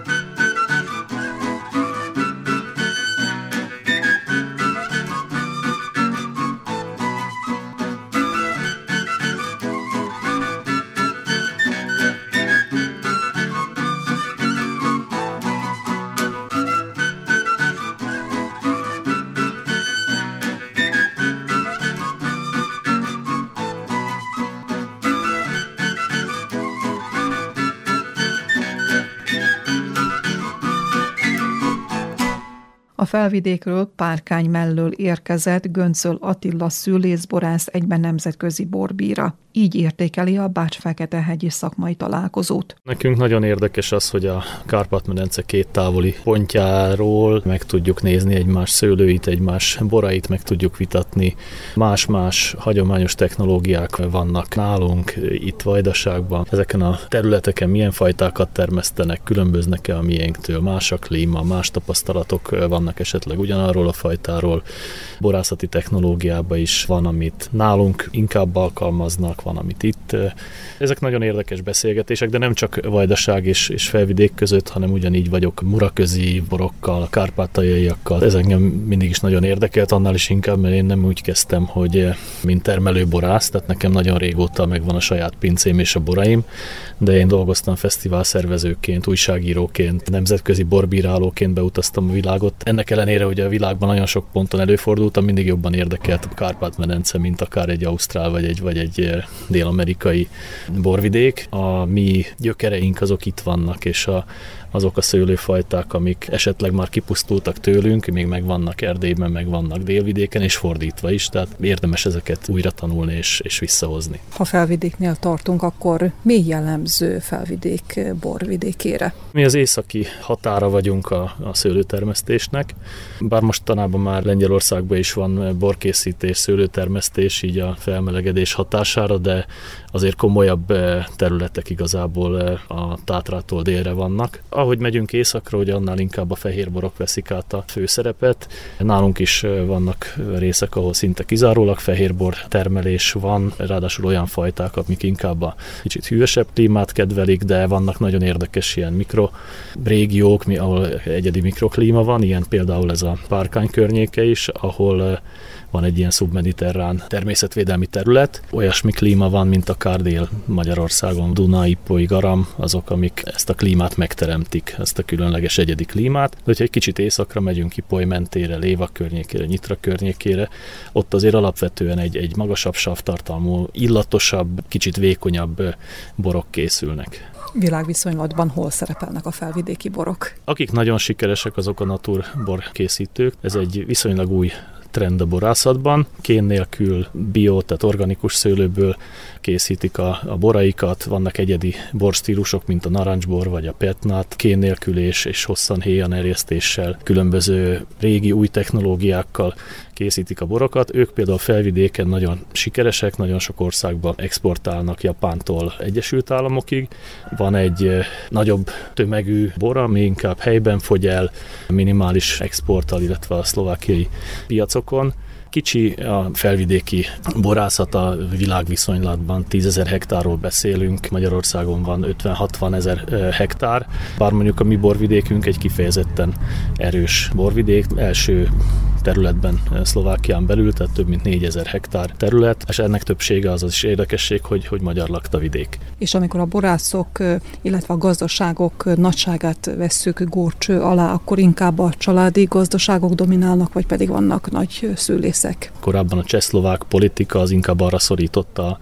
A Felvidékről, Párkány mellől érkezett Göncöl Attila szülészborász, egyben nemzetközi borbíra. Így értékeli a Bács-Fekete-hegyi szakmai találkozót.
Nekünk nagyon érdekes az, hogy a Kárpát-medence két távoli pontjáról meg tudjuk nézni egymás szőlőit, egymás borait, meg tudjuk vitatni. Más-más hagyományos technológiák vannak nálunk, itt Vajdaságban. Ezeken a területeken milyen fajtákat termesztenek, különböznek-e a miénktől, más a klíma, más tapasztalatok vannak esetleg ugyanarról a fajtáról. Borászati technológiában is van, amit nálunk inkább alkalmaznak, van, amit itt. Ezek nagyon érdekes beszélgetések, de nem csak Vajdaság és Felvidék között, hanem ugyanígy vagyok muraközi borokkal, kárpátaljaiakkal. Ez engem mindig is nagyon érdekelt, annál is inkább, mert én nem úgy kezdtem, hogy mint termelőborász, tehát nekem nagyon régóta megvan a saját pincém és a boraim, de én dolgoztam fesztiválszervezőként, újságíróként, nemzetközi borbírálóként beutaztam a világot. Ennek ellenére, hogy a világban nagyon sok ponton előfordultam, mindig jobban érdekelt a Kárpát-medence, mint akár egy ausztrál vagy egy dél-amerikai borvidék. A mi gyökereink azok itt vannak, és azok a szőlőfajták, amik esetleg már kipusztultak tőlünk, még megvannak Erdélyben, megvannak délvidéken, és fordítva is, tehát érdemes ezeket újra tanulni és visszahozni.
Ha Felvidéknél tartunk, akkor mi jellemző Felvidék borvidékére?
Mi az északi határa vagyunk a szőlőtermesztésnek, bár mostanában már Lengyelországban is van borkészítés, szőlőtermesztés, így a felmelegedés hatására, de azért komolyabb területek igazából a Tátrától délre vannak. Ahogy megyünk északra, hogy annál inkább a fehérborok veszik át a főszerepet. Nálunk is vannak részek, ahol szinte kizárólag fehérbor termelés van, ráadásul olyan fajták, amik inkább a kicsit hűvösebb klímát kedvelik, de vannak nagyon érdekes ilyen mikrorégiók, ahol egyedi mikroklíma van, ilyen például ez a Párkány környéke is, ahol van egy ilyen szubmediterrán természetvédelmi terület. Olyasmi klíma van, mint akár Dél-Magyarországon, Duna, Ipoly, Garam, azok, amik ezt a klímát megteremtik, ezt a különleges egyedi klímát. De hogyha egy kicsit északra megyünk Ipoly mentére, Léva környékére, Nyitra környékére, ott azért alapvetően egy magasabb savtartalmú, illatosabb, kicsit vékonyabb borok készülnek.
Világviszonylatban hol szerepelnek a felvidéki borok?
Akik nagyon sikeresek, azok a naturbor készítők. Ez egy viszonylag új trend a borászatban. Kén nélkül bio, tehát organikus szőlőből készítik a boraikat. Vannak egyedi borstílusok, mint a narancsbor vagy a petnat, kén nélkül és hosszan héjan erjesztéssel, különböző régi új technológiákkal készítik a borokat. Ők például Felvidéken nagyon sikeresek, nagyon sok országba exportálnak, Japántól Egyesült Államokig. Van egy nagyobb tömegű bor, ami inkább helyben fogy el, minimális exporttal, illetve a szlovákiai piacokon. Kicsi a felvidéki borászat a világviszonylatban, 10 000 hektárról beszélünk, Magyarországon van 50-60 000 hektár, bár mondjuk a mi borvidékünk egy kifejezetten erős borvidék, első területben Szlovákián belül, tehát több mint 4000 hektár terület, és ennek többsége az is érdekesség, hogy magyar lakta vidék.
És amikor a borászok, illetve a gazdaságok nagyságát vesszük górcső alá, akkor inkább a családi gazdaságok dominálnak, vagy pedig vannak nagy szőlészek?
Korábban a csehszlovák politika az inkább arra szorította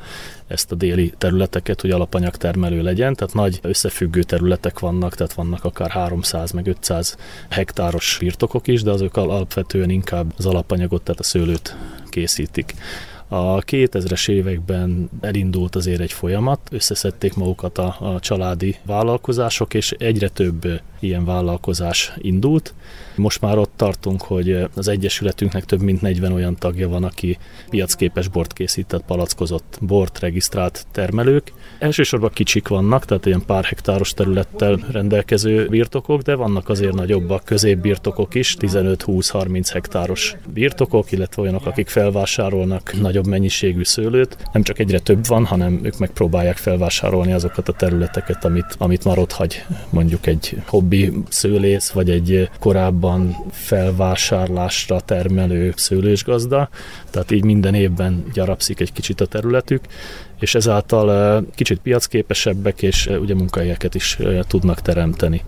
ezt a déli területeket, hogy alapanyagtermelő legyen, tehát nagy összefüggő területek vannak, tehát vannak akár 300 meg 500 hektáros birtokok is, de azok alapvetően inkább az alapanyagot, tehát a szőlőt készítik. A 2000-es években elindult azért egy folyamat, összeszedték magukat a családi vállalkozások, és egyre több ilyen vállalkozás indult. Most már ott tartunk, hogy az egyesületünknek több mint 40 olyan tagja van, aki piacképes bort készített, palackozott bort regisztrált termelők. Elsősorban kicsik vannak, tehát ilyen pár hektáros területtel rendelkező birtokok, de vannak azért nagyobbak, középbirtokok is, 15-20-30 hektáros birtokok, illetve olyanok, akik felvásárolnak nagyobb mennyiségű szőlőt. Nem csak egyre több van, hanem ők megpróbálják felvásárolni azokat a területeket, amit már ott hagy mondjuk egy hobbi szőlész, vagy egy korábban felvásárlásra termelő szőlősgazda. Tehát így minden évben gyarapszik egy kicsit a területük, és ezáltal kicsit piacképesebbek, és ugye munkahelyeket is tudnak teremteni.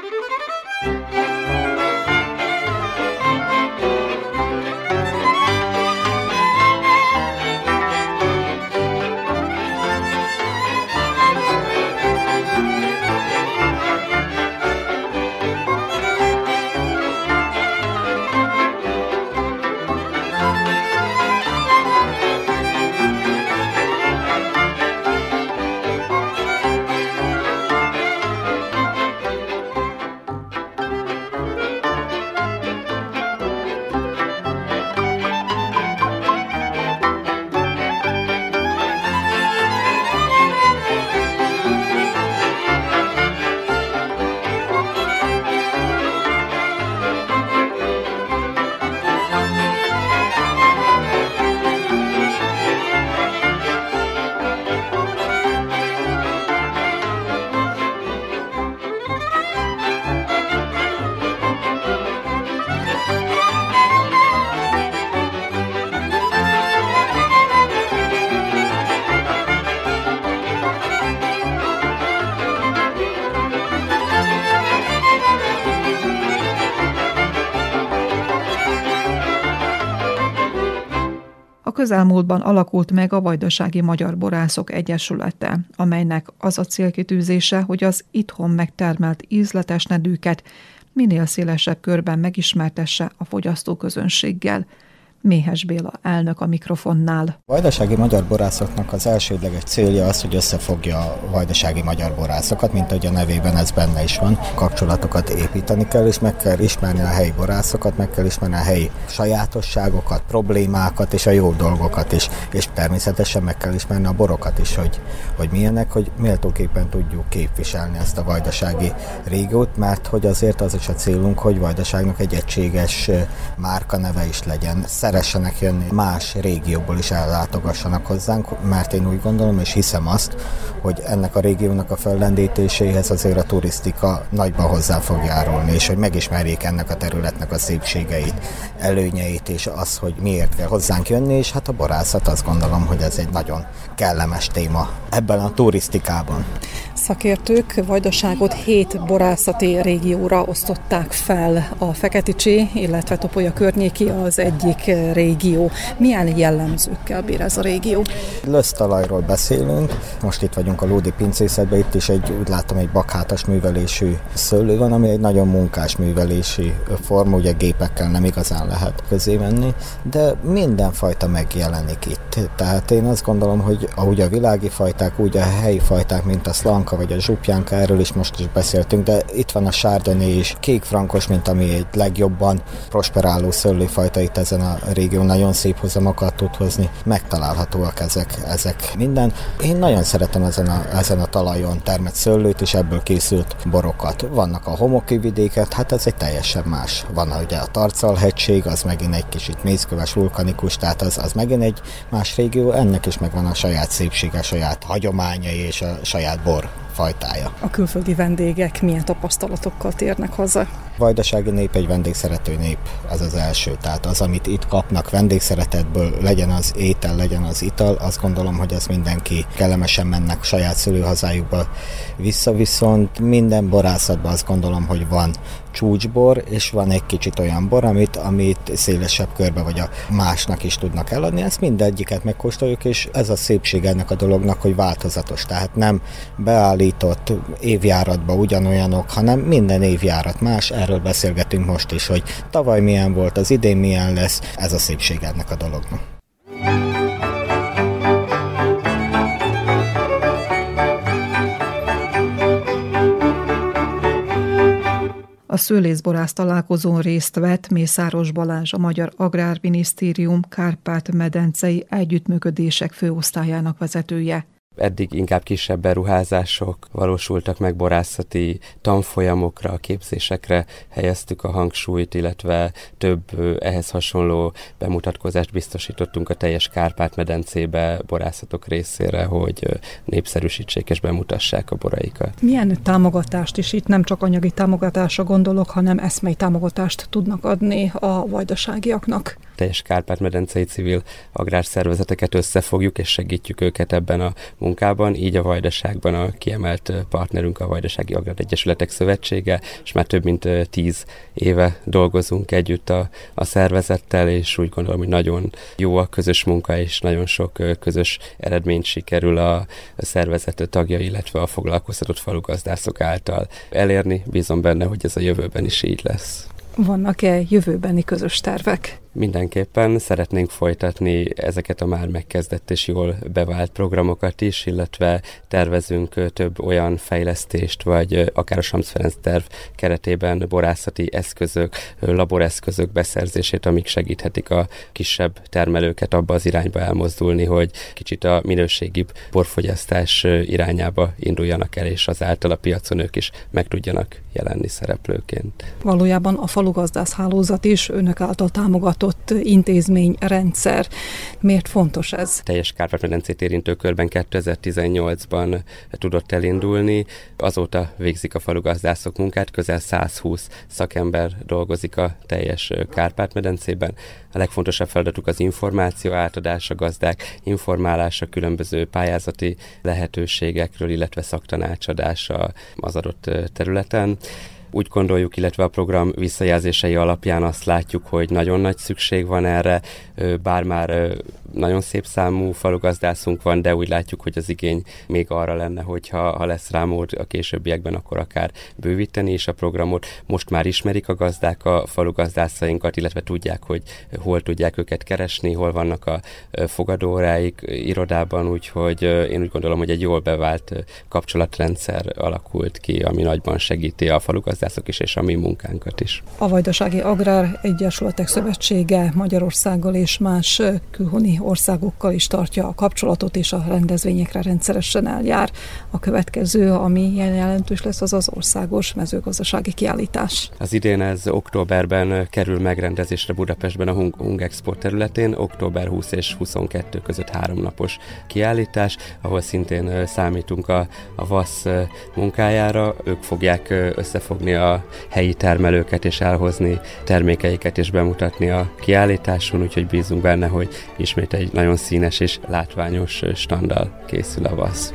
Közelmúltban alakult meg a Vajdasági Magyar Borászok Egyesülete, amelynek az a célkitűzése, hogy az itthon megtermelt ízletes nedűket minél szélesebb körben megismertesse a fogyasztóközönséggel. Méhes Béla elnök a mikrofonnál.
A vajdasági magyar borászoknak az elsődleges célja az, hogy összefogja a vajdasági magyar borászokat, mint ahogy a nevében ez benne is van. Kapcsolatokat építeni kell, és meg kell ismerni a helyi borászokat, meg kell ismerni a helyi sajátosságokat, problémákat és a jó dolgokat is. És természetesen meg kell ismerni a borokat is, hogy milyenek, hogy méltóképpen tudjuk képviselni ezt a vajdasági régiót, mert hogy azért az is a célunk, hogy Vajdaságnak egy egységes márkaneve is legyen. Szeressenek jönni, más régióból is ellátogassanak hozzánk, mert én úgy gondolom és hiszem azt, hogy ennek a régiónak a fellendítéséhez azért a turisztika nagyban hozzá fog járulni, és hogy megismerjék ennek a területnek a szépségeit, előnyeit, és az, hogy miért kell hozzánk jönni, és hát a borászat, azt gondolom, hogy ez egy nagyon kellemes téma ebben a turisztikában.
Szakértők Vajdaságot 7 borászati régióra osztották fel. A Feketicsi, illetve Topolya környéki az egyik régió. Milyen jellemzőkkel bír ez a régió?
Lösztalajról beszélünk. Most itt vagyunk a Lódi pincészetben, itt is úgy látom egy bakhátas művelésű szőlő van, ami egy nagyon munkás művelési forma, ugye gépekkel nem igazán lehet közé menni, de mindenfajta megjelenik itt. Tehát én azt gondolom, hogy ahogy a világi fajták, úgy a helyi fajták, mint a szlanka vagy a zsupjánka, erről is most is beszéltünk, de itt van a chardonnay is, kékfrankos, mint ami egy legjobban prosperáló szőlőfajta itt ezen a régión, nagyon szép hozamokat tud hozni, megtalálhatóak ezek minden. Én nagyon szeretem ezen a talajon termett szőlőt, és ebből készült borokat. Vannak a homoki vidéket, hát ez egy teljesen más. Van ugye a Tarcal-hegység, az megint egy kicsit mészköves, vulkanikus, tehát az megint egy más régió, ennek is megvan a saját szépsége, a saját hagyományai és a saját bor fajtája.
A külföldi vendégek milyen tapasztalatokkal térnek haza?
Vajdasági nép egy vendégszerető nép, ez az első. Tehát az, amit itt kapnak vendégszeretetből, legyen az étel, legyen az ital, azt gondolom, hogy ez mindenki kellemesen mennek saját szülőhazájukba vissza, viszont minden borászatban azt gondolom, hogy van csúcsbor, és van egy kicsit olyan bor, amit szélesebb körbe vagy a másnak is tudnak eladni. Ezt mindegyiket megkóstoljuk, és ez a szépség ennek a dolognak, hogy változatos. Tehát nem beállított évjáratba ugyanolyanok, hanem minden évjárat más. Erről beszélgetünk most is, hogy tavaly milyen volt, az idén milyen lesz. Ez a szépség ennek a dolognak.
A szőlészborász találkozón részt vett Mészáros Balázs, a Magyar Agrárminisztérium Kárpát-medencei együttműködések főosztályának vezetője.
Eddig inkább kisebb beruházások valósultak meg, borászati tanfolyamokra, képzésekre helyeztük a hangsúlyt, illetve több ehhez hasonló bemutatkozást biztosítottunk a teljes Kárpát-medencébe borászatok részére, hogy népszerűsítsék és bemutassák a boraikat.
Milyen támogatást is, itt nem csak anyagi támogatásra gondolok, hanem eszmei támogatást tudnak adni a vajdaságiaknak?
Teljes Kárpát-medencei civil agrárszervezeteket összefogjuk és segítjük őket ebben a munkában, így a Vajdaságban a kiemelt partnerünk a Vajdasági Agráregyesületek Szövetsége, és már több mint 10 éve dolgozunk együtt a szervezettel, és úgy gondolom, hogy nagyon jó a közös munka, és nagyon sok közös eredményt sikerül a szervezet tagjai, illetve a foglalkoztatott falugazdászok által elérni. Bízom benne, hogy ez a jövőben is így lesz.
Vannak-e jövőbeni közös tervek?
Mindenképpen szeretnénk folytatni ezeket a már megkezdett és jól bevált programokat is, illetve tervezünk több olyan fejlesztést, vagy akár a Schramsz Ferenc terv keretében borászati eszközök, laboreszközök beszerzését, amik segíthetik a kisebb termelőket abba az irányba elmozdulni, hogy kicsit a minőségibb borfogyasztás irányába induljanak el, és azáltal a piacon ők is meg tudjanak jelenni szereplőként.
Valójában a falugazdász hálózat is önök által támogatott intézményrendszer. Miért fontos ez?
Teljes Kárpát-medencét érintő körben 2018-ban tudott elindulni. Azóta végzik a falugazdászok munkát, közel 120 szakember dolgozik a teljes Kárpát-medencében. A legfontosabb feladatuk az információ átadása, gazdák informálása, különböző pályázati lehetőségekről, illetve szaktanácsadása az adott területen. Úgy gondoljuk, illetve a program visszajelzései alapján azt látjuk, hogy nagyon nagy szükség van erre, bár már nagyon szép számú falugazdászunk van, de úgy látjuk, hogy az igény még arra lenne, hogyha lesz rá mód a későbbiekben, akkor akár bővíteni is a programot. Most már ismerik a gazdák a falugazdászainkat, illetve tudják, hogy hol tudják őket keresni, hol vannak a fogadóóráik irodában, úgyhogy én úgy gondolom, hogy egy jól bevált kapcsolatrendszer alakult ki, ami nagyban segíti a falugazdászok is, és a mi munkánkat is.
A Vajdasági Agrár Egyesületek Szövetsége Magyarországgal és más külhoni országokkal is tartja a kapcsolatot, és a rendezvényekre rendszeresen eljár. A következő, ami jelentős lesz, az az országos mezőgazdasági kiállítás.
Az idén ez októberben kerül megrendezésre Budapestben a Hungexpo területén, október 20 és 22 között 3 napos kiállítás, ahol szintén számítunk a VASZ munkájára. Ők fogják összefogni a helyi termelőket és elhozni termékeiket és bemutatni a kiállításon, úgyhogy bízunk benne, hogy ismét egy nagyon színes és látványos standal készül a VASZ.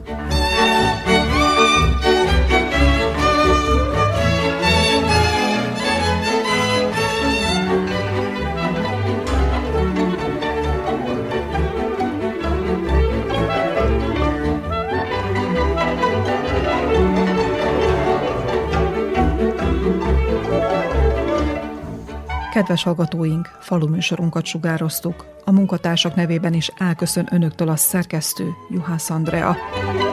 Kedves hallgatóink, faluműsorunkat sugároztuk. A munkatársak nevében is elköszön önöktől a szerkesztő, Juhász Andrea.